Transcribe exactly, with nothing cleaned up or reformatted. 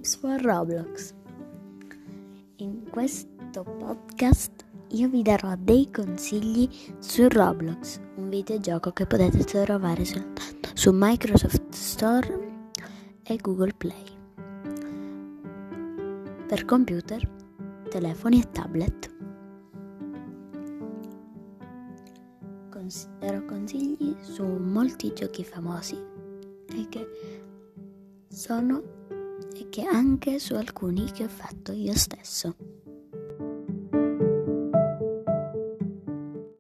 Tips for Roblox. In questo podcast io vi darò dei consigli su Roblox, un videogioco che potete trovare soltanto su Microsoft Store e Google Play, per computer, telefoni e tablet. Cons- darò consigli su molti giochi famosi e che sono e che anche su alcuni che ho fatto io stesso.